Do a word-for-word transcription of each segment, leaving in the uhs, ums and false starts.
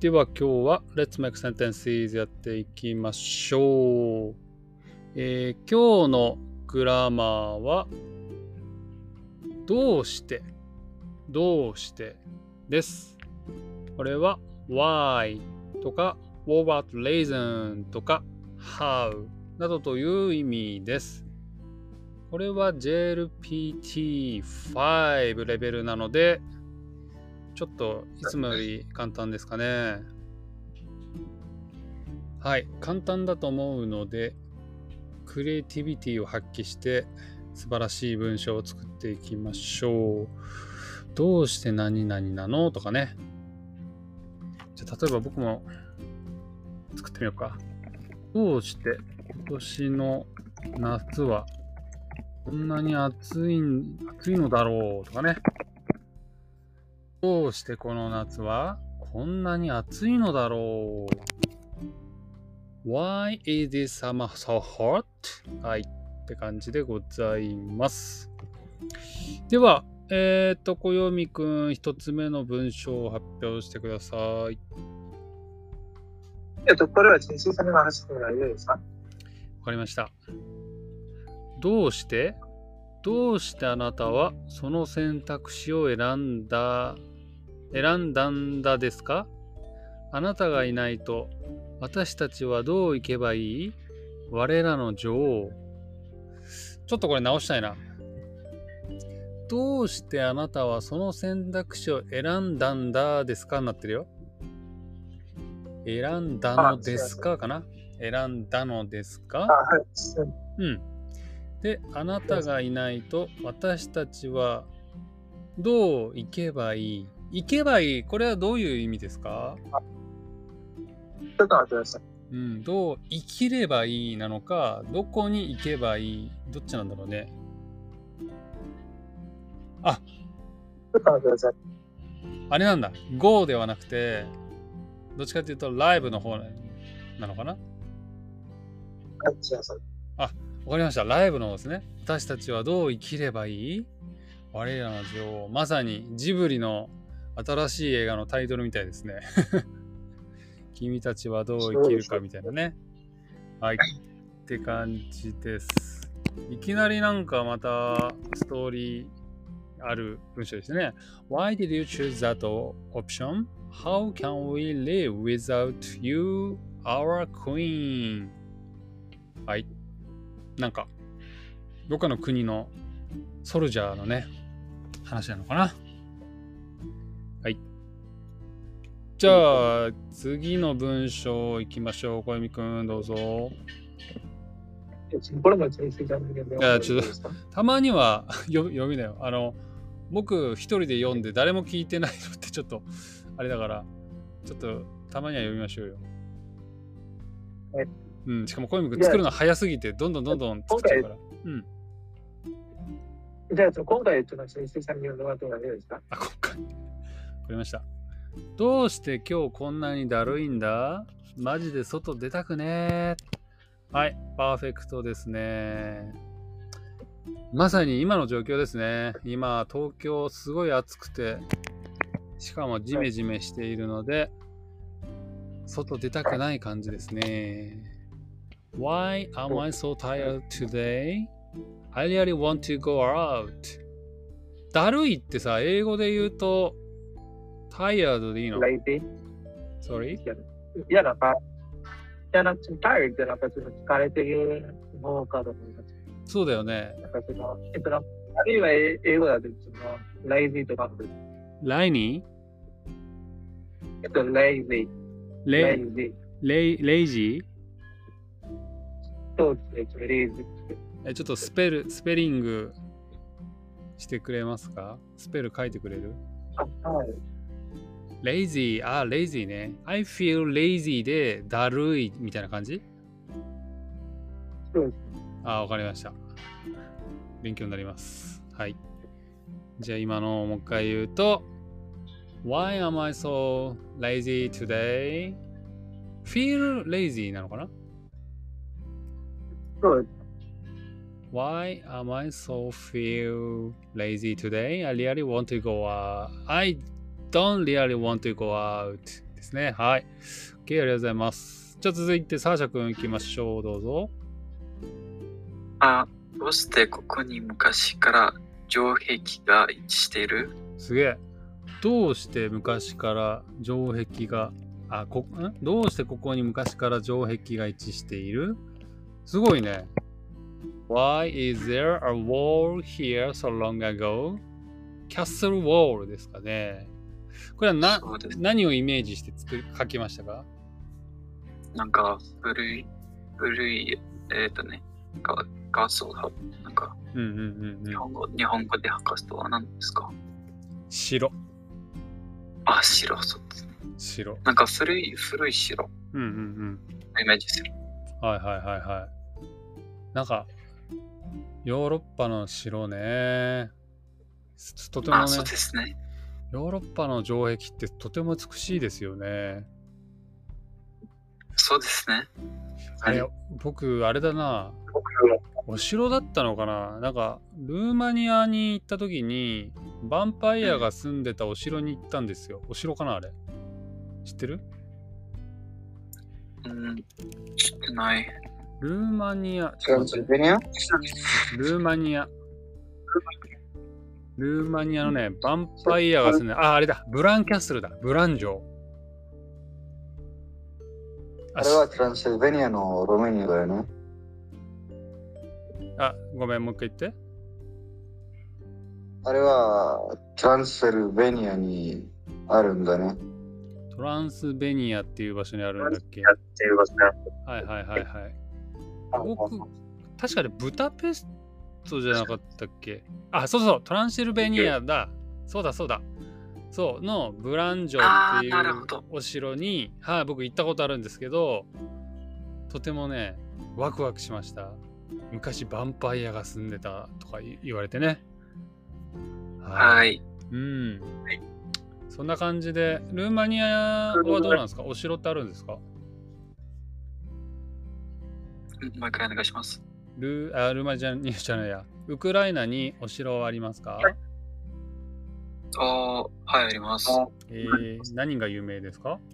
では今日は Let's Make Sentences やっていきましょう。えー、今日のグラマーはどうしてどうしてです。これは why とか what reason とか how などという意味です。これは ジェイエルピーティーファイブ レベルなのでちょっといつもより簡単ですかね。はい、簡単だと思うのでクリエイティビティを発揮して素晴らしい文章を作っていきましょう。どうして何々なのとかね。じゃあ例えば僕も作ってみようか。どうして今年の夏はこんなに暑い、暑いのだろうとかね。どうしてこの夏はこんなに暑いのだろう。Why is this summer so hot? はい。って感じでございます。では、えっと、小読みくん、一つ目の文章を発表してください。 えっと、これは人生さんに話してもらえるですか？わかりました。どうしてどうしてあなたはその選択肢を選んだ、選んだんだですか？あなたがいないと私たちはどう行けばいい？我らの女王。ちょっとこれ直したいな。どうしてあなたはその選択肢を選んだんだですかになってるよ。選んだのですかかな？選んだのですか？ あ、はい。 うん。で、あなたがいないと私たちはどう行けばいい？行けばいい。これはどういう意味ですか？ ちょっと待ってください。 うん、どう生きればいいなのか、どこに行けばいい？どっちなんだろうね。あ、 ちょっと待ってください。 あれなんだ。Go ではなくて、どっちかというとライブの方なのかな？ はい、すいません。 あ、わかりました。ライブの方ですね。私たちはどう生きればいい？我らの女王。まさにジブリの新しい映画のタイトルみたいですね。君たちはどう生きるかみたいなね。はい。って感じです。いきなりなんかまたストーリーある文章ですね。Why did you choose that option? How can we live without you, our queen? はい。なんか、どっかの国のソルジャーのね、話なのかな。はい。じゃあ、次の文章いきましょう。小読くん、どうぞ。 これも人生さんに読んで。 いや、ちょっと、たまには読みなよ。あの、僕一人で読んで誰も聞いてないのってちょっと、あれだから、ちょっと、たまには読みましょうよ。 はい。 うん、しかも小読くん作るの早すぎて、どんどんどんどん作っちゃうから。うん。 じゃあ、今回、ちょっと人生さんに読んでもらってもらえるですか？ あ、今回。わかりました。どうして今日こんなにだるいんだ？マジで外出たくねー。はい、パーフェクトですね。まさに今の状況ですね。今、東京すごい暑くて、しかもジメジメしているので、外出たくない感じですね。Why am I so tired today? I really want to go out. だるいってさ、英語で言うと、tired でいいの？ Lazy? Sorry? いや、なんか、いや、なんか、tired ってなんかちょっと疲れてる方かと思います。 そうだよね。 なんかその、えっと、あるいは英語だと、その、lazy とか。 ライニーえっと、lazy。 レイ、レイ、レイジーそうですね、lazy。 え、ちょっとスペル、スペリングしてくれますか？スペル書いてくれる？ あ、はい。 lazy、あ、lazy ね。I feel lazy でだるいみたいな感じ？ そうです。 あ、わかりました。勉強になります。はい。じゃあ今のをもう一回言うと Why am I so lazy today? Feel lazy なのかな？ そうです。 Why am I so feel lazy today? I really want to go out. I don't really want to go out. でですね。はい。OK、ありがとうございます。じゃあ続いて、サーシャ君行きましょう。どうぞ。 あ、どうしてここに昔から城壁が位置している？ すげえ。どうして昔から城壁が、あ、こ、んどうしてここに昔から城壁が位置している？すごいね。Why is there a wall here so long ago? Castle wall ですかね。これはな、何をイメージして作り書きましたか？ なんか古い、古い、えっ、ー、とね、が画像は、なんか、 うんうんうんうん、 日本語、日本語で書かすとは何ですか？ 城。 あ、城、そうですね。 城。 なんか古い、古い城。 うんうんうん。 イメージする。 はいはいはいはい。なんか、ヨーロッパの城ね。とてもね、 あ、そうですね。 ヨーロッパの城壁ってとても美しいですよね。 そうですね。 あれ、僕、あれだな。お城だったのかな。なんか、ルーマニアに行った時に、ヴァンパイアが住んでたお城に行ったんですよ。お城かなあれ。知ってる？ うん、知ってない。 ルーマニア。 トランスルベニア？ ルーマニア。ルーマニアのね、ヴァンパイアが住んで、あ、あれだ。ブランキャッスルだ。ブラン城。 あれはトランシルベニアのロメニアだよね。 あ、ごめん、もう一回言って。 あれはトランシルベニアにあるんだね。 トランスベニアっていう場所にあるんだっけ？はいはいはいはい。僕、確かにブタペストじゃなかったっけ？あ、そうそう、トランシルベニアだ。そうだそうだ。そうのブラン城っていうお城に、はい、僕行ったことあるんですけど、とてもね、ワクワクしました。昔ヴァンパイアが住んでたとか言われてね。 はい。 うん。はい、そんな感じで、ルーマニアはどうなんですか？お城ってあるんですか？ もう一回お願いします。 ルー、あ、ルーマニアじゃないや。ウクライナにお城はありますか？ ああ、はい、あります。 えー、何が有名ですか？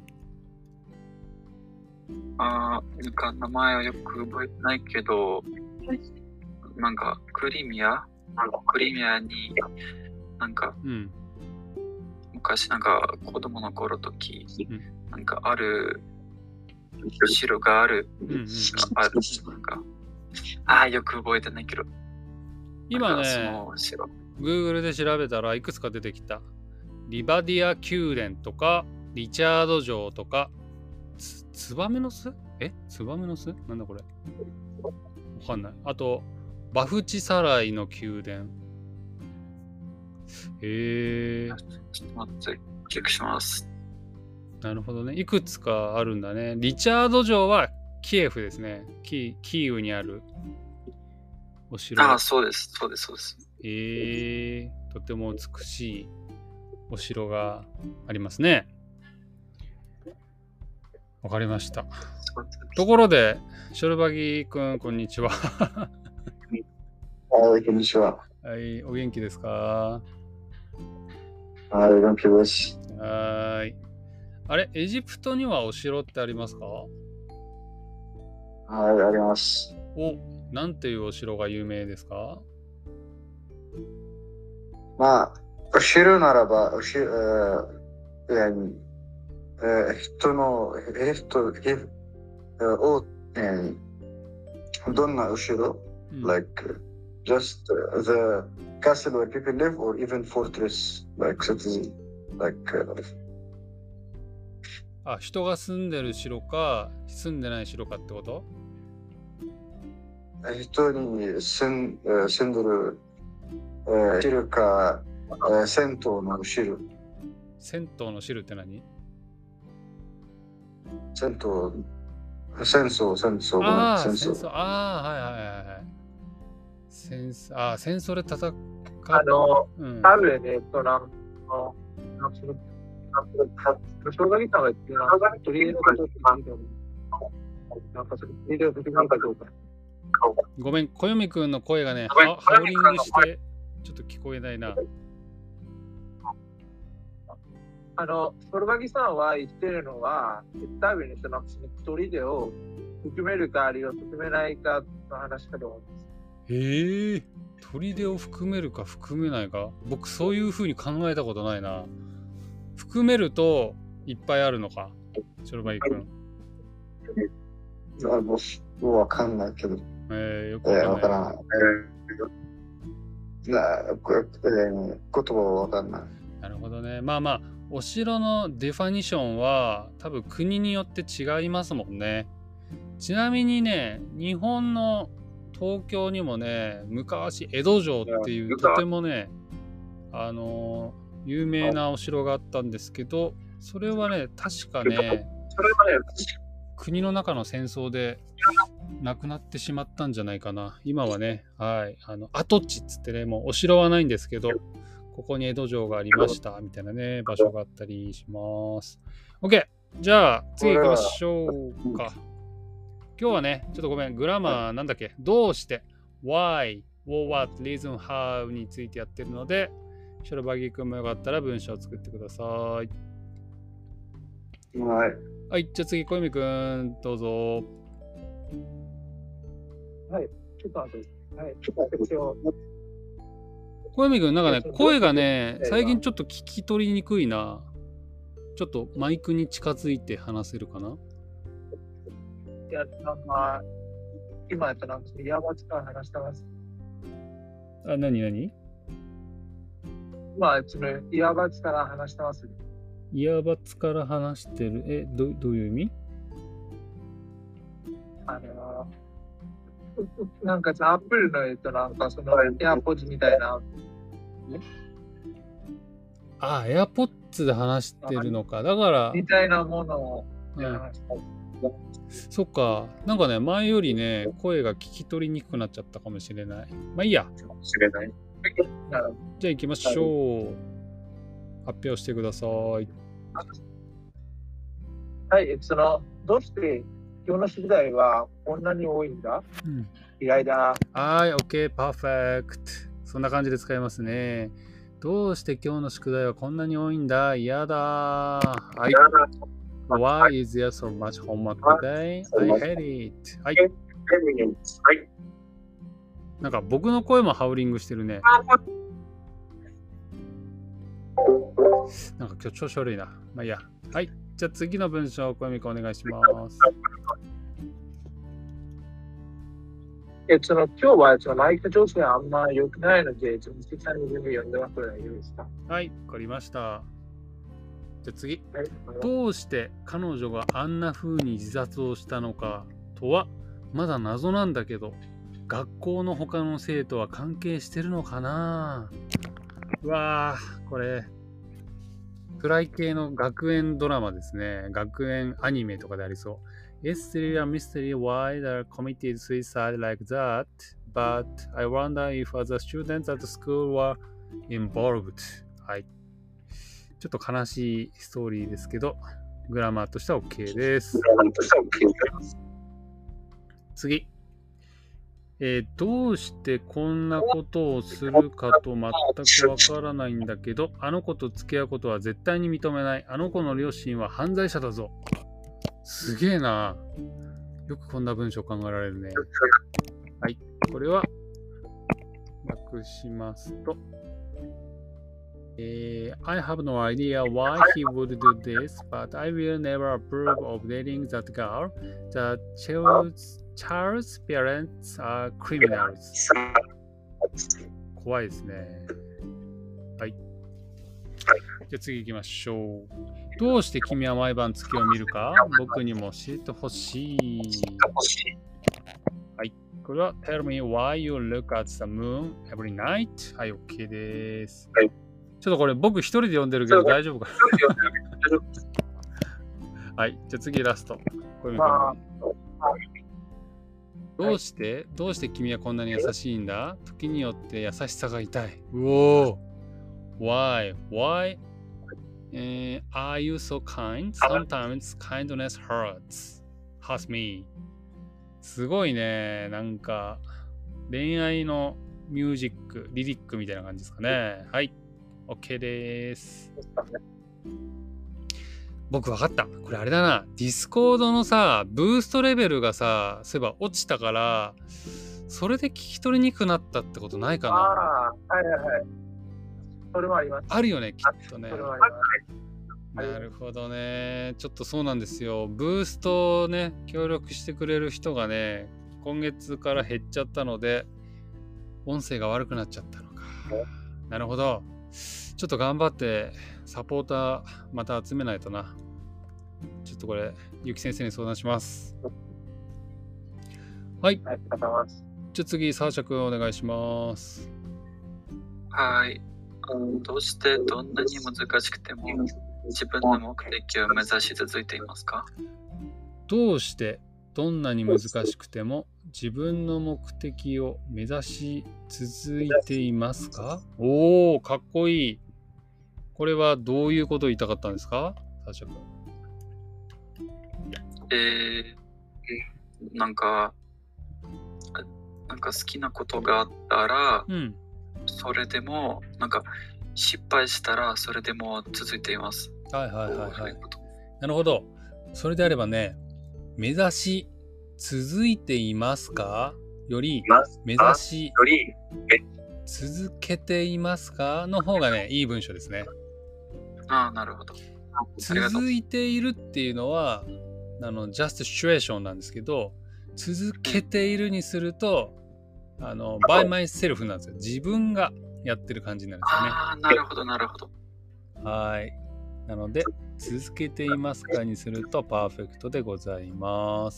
ああ、なんか名前はよく覚えてないけど、なんかクリミアクリミアに、なんか、うん、昔なんか子供の頃時、うん、なんかある城がある、うんうん、ある、なんか、ああ、よく覚えてないけど。 今ね、Google で調べたらいくつか出てきた。リバディア宮殿とか、リチャード城とか、つ、ツバメの巣？え？ツバメの巣？なんだこれ？わかんない。あと、バフチサライの宮殿。へえー。 ちょっと待って、チェックします。 なるほどね。いくつかあるんだね。リチャード城はキエフですね。キ、キーウにあるお城。 ああ、そうです。そうです。そうです。 えー、とても美しいお城がありますね。わかりました。ところで、ショルバギくん、こんにちは。 はい、こんにちは。 はい、お元気ですか？ はい、元気です。 はい。あれ、エジプトにはお城ってありますか？ はい、あります。 お、なんていうお城が有名ですか？ まあ、お城ならば、お城、えー、えー、人の、えー、人、えー、を、えー、どんなお城、うん、like just uh, the castle where people live or even fortress like citizen like uh, あ、人が住んでる城か住んでない城かってこと？ 人に住ん、住んでる、えー、城か、えー、銭湯の城。 銭湯の城って何？ 銭湯、戦争、戦争、 ああ、 戦争。戦争、ああ、はいはいはいはい。戦争、ああ、戦争で戦う。 あの、うん、多分ね、その、の、障害者がっていうのは、取り入れることって何だろう。なんかそれ、ビデオ的なんかどうか。 ごめん、小読くんの声がね、ハウリングして、ちょっと聞こえないな。 あの、ソルバギさんは言ってるのは、多分その一人を含めるかあるいは含めないかの話かと思うんです。 へえ、砦を含めるか含めないか。僕そういう風に考えたことないな。含めるといっぱいあるのか、ソルバギ君。 あ、もうわかんないけど。 えー、よくわかんない。 わからない。えー、なこえー、言葉はわかんない。 なるほどね。まあまあ、お城のデファニションは多分国によって違いますもんね。ちなみにね、日本の東京にもね、昔江戸城っていうとてもね、あのー、有名なお城があったんですけど、それはね、確かね、国の中の戦争で亡くなってしまったんじゃないかな。今はね、はい、あの跡地っつってね、もうお城はないんですけど、ここに江戸城がありましたみたいなね、場所があったりします。OK、じゃあ次行きましょうか。今日はね、ちょっとごめん、グラマーなんだっけ、どうして、why、what、reason、how についてやってるので、ショルバギ君もよかったら文章を作ってください。はい。はい、じゃあ次、小泉君、どうぞ。 はい、ちょっと待って。はい、ちょっと待って。 小泉君、なんかね、声がね、最近ちょっと聞き取りにくいな。ちょっとマイクに近づいて話せるかな？ いや、なんか、今やったら、イヤバツから話してます。 あ、なになに？ 今、そのイヤバツから話してます。 イヤバツから話してる。え、ど, どういう意味？ あの、なんかさ、アップルのえっと、なんかその、エアポッズみたいな。 あ、エアポッツで話してるのか。だから。 みたいなものを話してる。 うん、そっか、なんかね、前よりね、声が聞き取りにくくなっちゃったかもしれない。まあいいや。 知れない。 じゃあ行きましょう。発表してください。 はい、その、どうして今日の宿題はこんなに多いんだ？うん、意外だ。 はい、OK、パーフェクト。そんな感じで使いますね。どうして今日の宿題はこんなに多いんだ？嫌だ。はい。Why is there so much homework today? I hate it. はい。なんか僕の声もハウリングしてるね。なんか今日調子悪いな。まあいいや。はい。じゃあ次の文章を小泉君お願いします。 えっと、今日はそのマイク調子があんま良くないので、ちょっとミスさんに全部読んでもらっていいですか？ はい、わかりました。じゃあ次、はい、どうして彼女があんな風に自殺をしたのかとはまだ謎なんだけど、学校の他の生徒は関係してるのかな？うわー、これ暗い系の学園ドラマですね。学園アニメとかでありそう。It's really a mystery why they committed suicide like that, but I wonder if other students at the school were involved. はい。ちょっと悲しいストーリーですけど、グラマーとしては OK です。次、えー。どうしてこんなことをするかと全くわからないんだけど、あの子と付き合うことは絶対に認めない。あの子の両親は犯罪者だぞ。すげえな。よくこんな文章考えられるね。はい。これは、訳しますと。Uh, I have no idea why he would do this, but I will never approve of dating that girl. The child's, child's parents are criminals. 怖いですね。はい。じゃあ次行きましょう。どうして君は毎晩月を見るか？僕にも教えてほしい。はい。これは Tell me why you look at the moon every night. はい、OK です。はい。ちょっとこれ僕一人で読んでるけど大丈夫かはい。じゃあ次ラスト。これ見まどうして、はい、どうして君はこんなに優しいんだ？時によって優しさが痛い。うおー Why? Why?、uh, are you so kind? Sometimes kindness hurts. Hurts me. すごいね。なんか恋愛のミュージック、リリックみたいな感じですかね。はい。OK です。 僕わかった。これあれだな。ディスコードのさ、ブーストレベルがさ、そういえば落ちたから、それで聞き取りにくくなったってことないかな。 ああ、はいはいはい。それもあります。 あるよね、きっとね。 それもあります。 なるほどね。ちょっとそうなんですよ。ブーストをね、協力してくれる人がね、今月から減っちゃったので、音声が悪くなっちゃったのか。なるほど。ちょっと頑張ってサポーターまた集めないとな。ちょっとこれ、ゆき先生に相談します。はい。 ありがとうございます。 じゃあ次、サーシャ君お願いします。 はい。どうしてどんなに難しくても自分の目的を目指し続いていますか？ どうしてどんなに難しくても自分の目的を目指し続いていますか？おー、かっこいい。これはどういうことを言いたかったんですか？サーシャ君。 えー、なんか、なんか好きなことがあったら、うん、それでも、なんか失敗したらそれでも続いています。 はいはいはいはい。なるほど。それであればね、目指し続いていますかより、目指し続けていますかの方がね、いい文章ですね。 ああ、なるほど。 続いているっていうのは、あの、just situation なんですけど、続けているにすると、あの、by myself なんですよ。自分がやってる感じになるんですよね。 ああ、なるほど、なるほど。 はい。なので、続けていますかにするとパーフェクトでございます。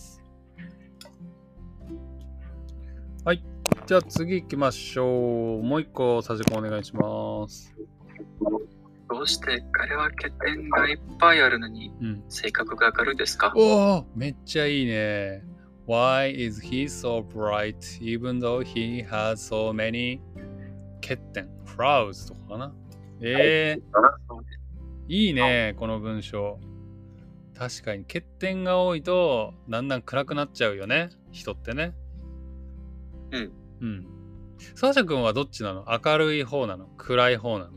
はい。じゃあ次行きましょう。もう一個、サジコお願いします。 どうして彼は欠点がいっぱいあるのに、うん、性格が明るいですか？ おお、めっちゃいいね。Why is he so bright even though he has so many 欠点 flaws とかかな。えー、いいね、この文章。確かに欠点が多いとだんだん暗くなっちゃうよね、人ってね。 うん。 うん。サーシャ君はどっちなの？明るい方なの？暗い方なの？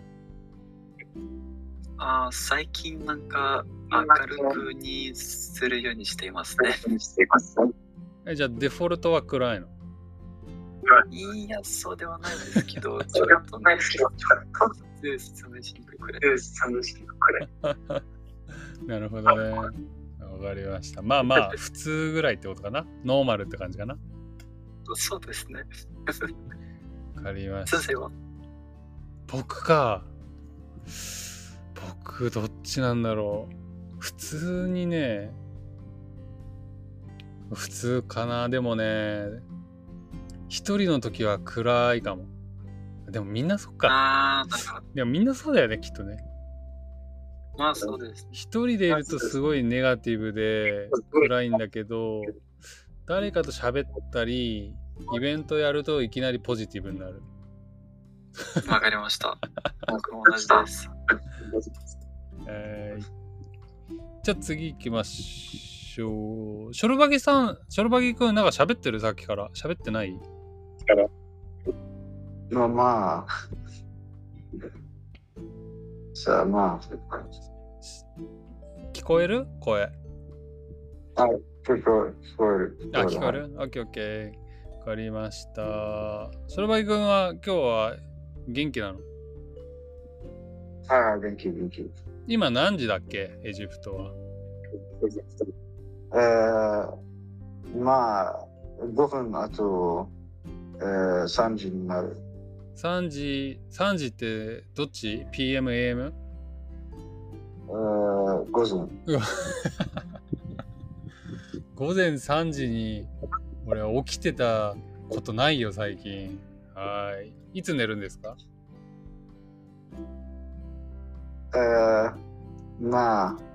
あ、最近なんか明るくにするようにしていますね。 え、じゃあデフォルトは暗いの？ いや、そうではないですけど、ちょっとね、説明しにくいくらい。 なるほどね。わかりました。まあまあ、普通ぐらいってことかな？ノーマルって感じかな？ そうですね。 わかりました。 先生は？ 僕か。僕どっちなんだろう。普通にね、普通かな。でもね、一人の時は暗いかも。でもみんなそっか。 ああ、なるほど。 でもみんなそうだよね、きっとね。 まあそうです。 一人でいるとすごいネガティブで暗いんだけど、誰かと喋ったり、イベントやるといきなりポジティブになる。 わかりました。僕も同じです。 えー、じゃあ次行きましょう。ショルバギさん、ショルバギくんなんか喋ってる？さっきから喋ってない？ まあまあさあまあ聞こえる？声。 あ、聞こえる。 あ、聞こえる？オッケーオッケー。わかりました。ショルバギくんは今日は元気なの？ ああ、元気元気。 今何時だっけ？エジプトは。 えー、まあごふんあと、えー、さんじになる。 さんじ、さんじってどっち？ ピーエム、エーエム？ えー、午前。 午前さんじに俺起きてたことないよ最近。はい。いつ寝るんですか？ えー、まあ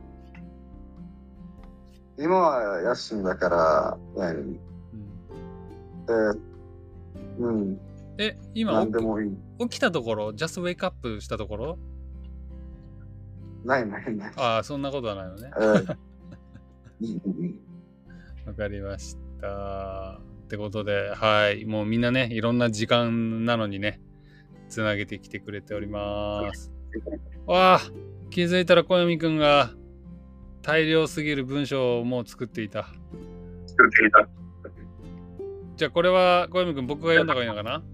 今は休みだから、ね、うん、えー、うん。 え、今何でもいい。 起きたところ、just wake up したところ？ ないないない。 ああ、そんなことはないのね。 わ、 えー、かりました。ってことで、はい。もうみんなね、いろんな時間なのにね、つなげてきてくれております。わあ、気づいたら小読くんが大量すぎる文章をもう作っていた。 作っていた。 じゃあこれは小泉君僕が読んだ方がいいのかな？ はい。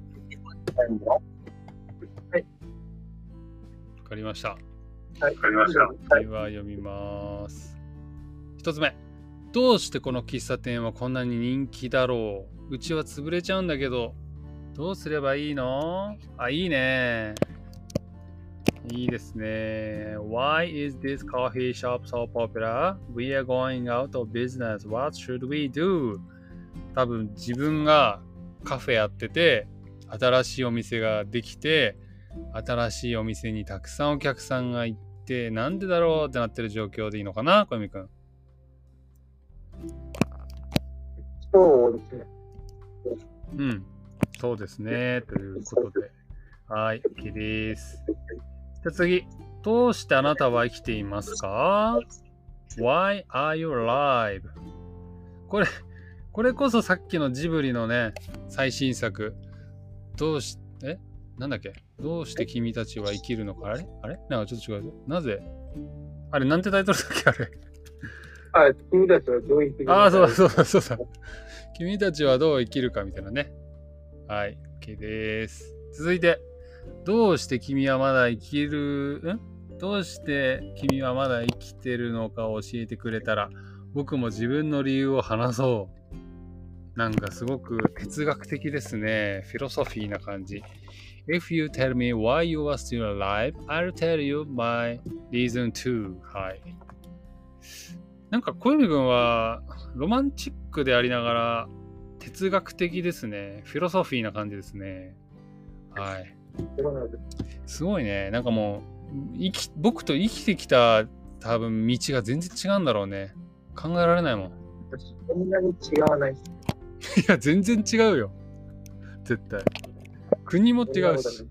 わかりました。 はい。 わかりました。 では読みます。一つ目。どうしてこの喫茶店はこんなに人気だろう？うちは潰れちゃうんだけど、どうすればいいの？あ、いいね。いいですね。Why is this coffee shop so popular? We are going out of business. What should we do? 多分自分がカフェやってて、新しいお店ができて、新しいお店にたくさんお客さんが行って、なんでだろうってなってる状況でいいのかな、小泉くん。 そうですね。 うん、そうですね。ということで。はい、OK です。じゃあ次。どうしてあなたは生きていますか？ Why are you alive? これ、これこそさっきのジブリのね、最新作。どうし、えなんだっけどうして君たちは生きるのかあれあれなんかちょっと違うぞ。なぜあれなんてタイトルだっけあれあ、君たちはどう生きるああ、そうだそうだそうだ。君たちはどう生きるかみたいなね。はい、OK です。続いて、どうして君はまだ生きる、んどうして君はまだ生きてるのかを教えてくれたら、僕も自分の理由を話そう。なんかすごく哲学的ですね。フィロソフィーな感じ。If you tell me why you are still alive, I'll tell you my reason too. はい。なんか小泉君はロマンチックでありながら哲学的ですね。フィロソフィーな感じですね。はい。すごいね。なんかもう生き僕と生きてきた多分道が全然違うんだろうね。考えられないもん。 そんなに違わない。いや全然違うよ。絶対。国も違うし。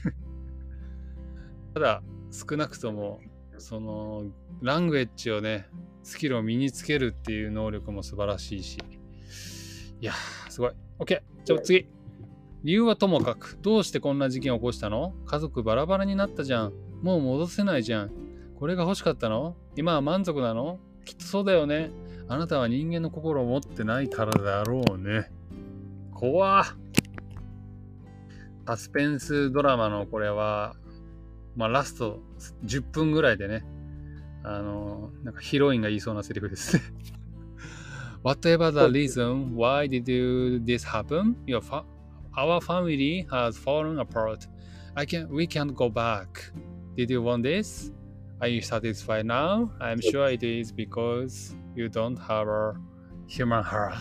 ただ少なくともそのラングエッジをねスキルを身につけるっていう能力も素晴らしいし。いやーすごい。OK。じゃあ次。理由はともかく、どうしてこんな事件を起こしたの？家族バラバラになったじゃん。もう戻せないじゃん。これが欲しかったの？今は満足なの？きっとそうだよね。あなたは人間の心を持ってないからだろうね。怖っ。サスペンスドラマのこれは、まあラストじゅっぷんぐらいでね、あの、なんかヒロインが言いそうなセリフですね。Whatever the reason, why did you, this happen? Your fa- Our family has fallen apart. I can, we can't go back. Did you want this? Are you satisfied now? I'm sure it is because you don't have a human heart.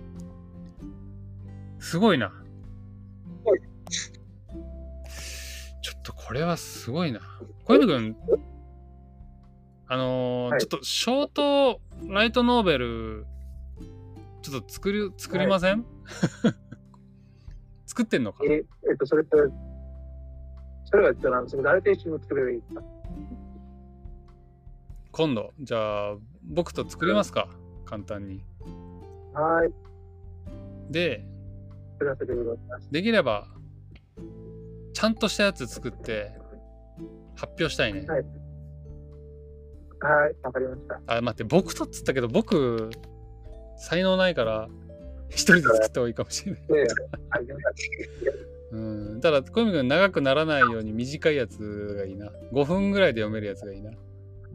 すごいな。ちょっとこれはすごいな。小泉君、あのーはい、ちょっとショートライトノーベル、ちょっと作り、作りません、はい作ってんのかええっと、それって、それはじゃあ、それ誰と一緒に作ればいいですか？ 今度、じゃあ、僕と作りますか、うん、簡単に。 はい。 で、できれば、ちゃんとしたやつ作って、発表したいね。 はい。はい、わかりました。 あ、待って、僕とっつったけど、僕、才能ないから、一人で作った方がいいかもしれない。うん、ただ小泉君長くならないように短いやつがいいな。ごふんぐらいで読めるやつがいいな。はい、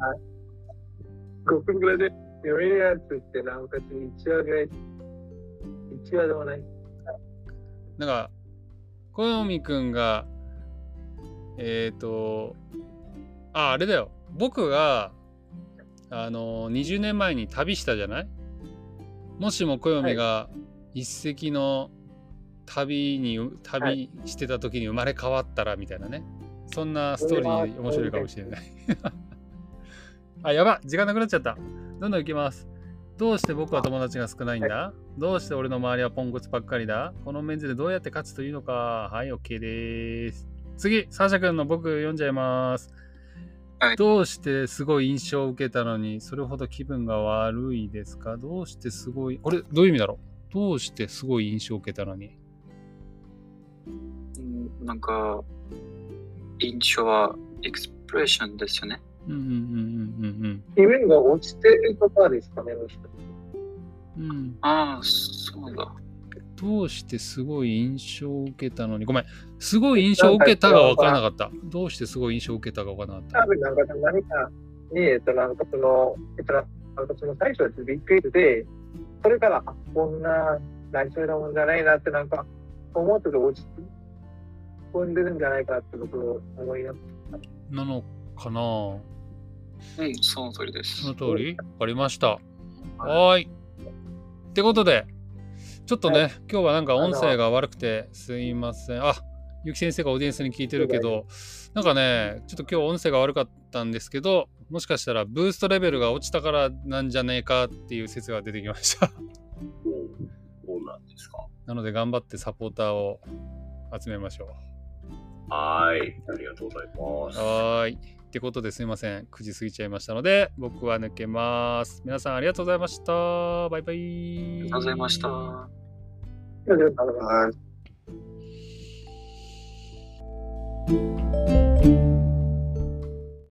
ごふんぐらいで読めるやつってなおかついちわぐらい。いちわでもない。 なんか小泉君がえっ、ー、とああれだよ。僕があのにじゅうねんまえに旅したじゃない？もしも小泉が、はい一隻の旅に旅してた時に生まれ変わったらみたいなね、そんなストーリー面白いかもしれないあ、やば時間なくなっちゃった。どんどんいきます。どうして僕は友達が少ないんだ？どうして俺の周りはポンコツばっかりだ？このメンズでどうやって勝つというのか。はい OK です。次サーシャ君の僕読んじゃいます。はい、どうしてすごい印象を受けたのにそれほど気分が悪いですか？どうしてすごいこれどういう意味だろう？どうしてすごい印象を受けたのに、 うん、なんか印象はエクスプレッションですよね。 うんうんうんうんうん。 気分が落ちてるとかですかね。 うん。 ああ、そうだ。 どうしてすごい印象を受けたのに、ごめん、すごい印象を受けたが分からなかった。どうしてすごい印象を受けたが分からなかった。 多分なんか何かに、えっと、なんかその、えっと、なんかその最初はビッグエイトで、それから、あ、こんな大丈夫なもんじゃないなって、なんか、思ってて落ち込んでるんじゃないかってことを思います。 なのかな。 うん、その通りです。 その通り？わかりました。はーい。ってことで、ちょっとね、はい、今日はなんか音声が悪くてすいません。あ、ゆき先生がオーディエンスに聞いてるけど、なんかね、ちょっと今日音声が悪かったんですけど、もしかしたらブーストレベルが落ちたからなんじゃねえかっていう説が出てきました。 そうなんですか。 なので頑張ってサポーターを集めましょう。 はい。ありがとうございます。 はい。ってことですいません。くじ過ぎちゃいましたので、僕は抜けます。皆さんありがとうございました。バイバイ。 ありがとうございました。 ありがとうございます。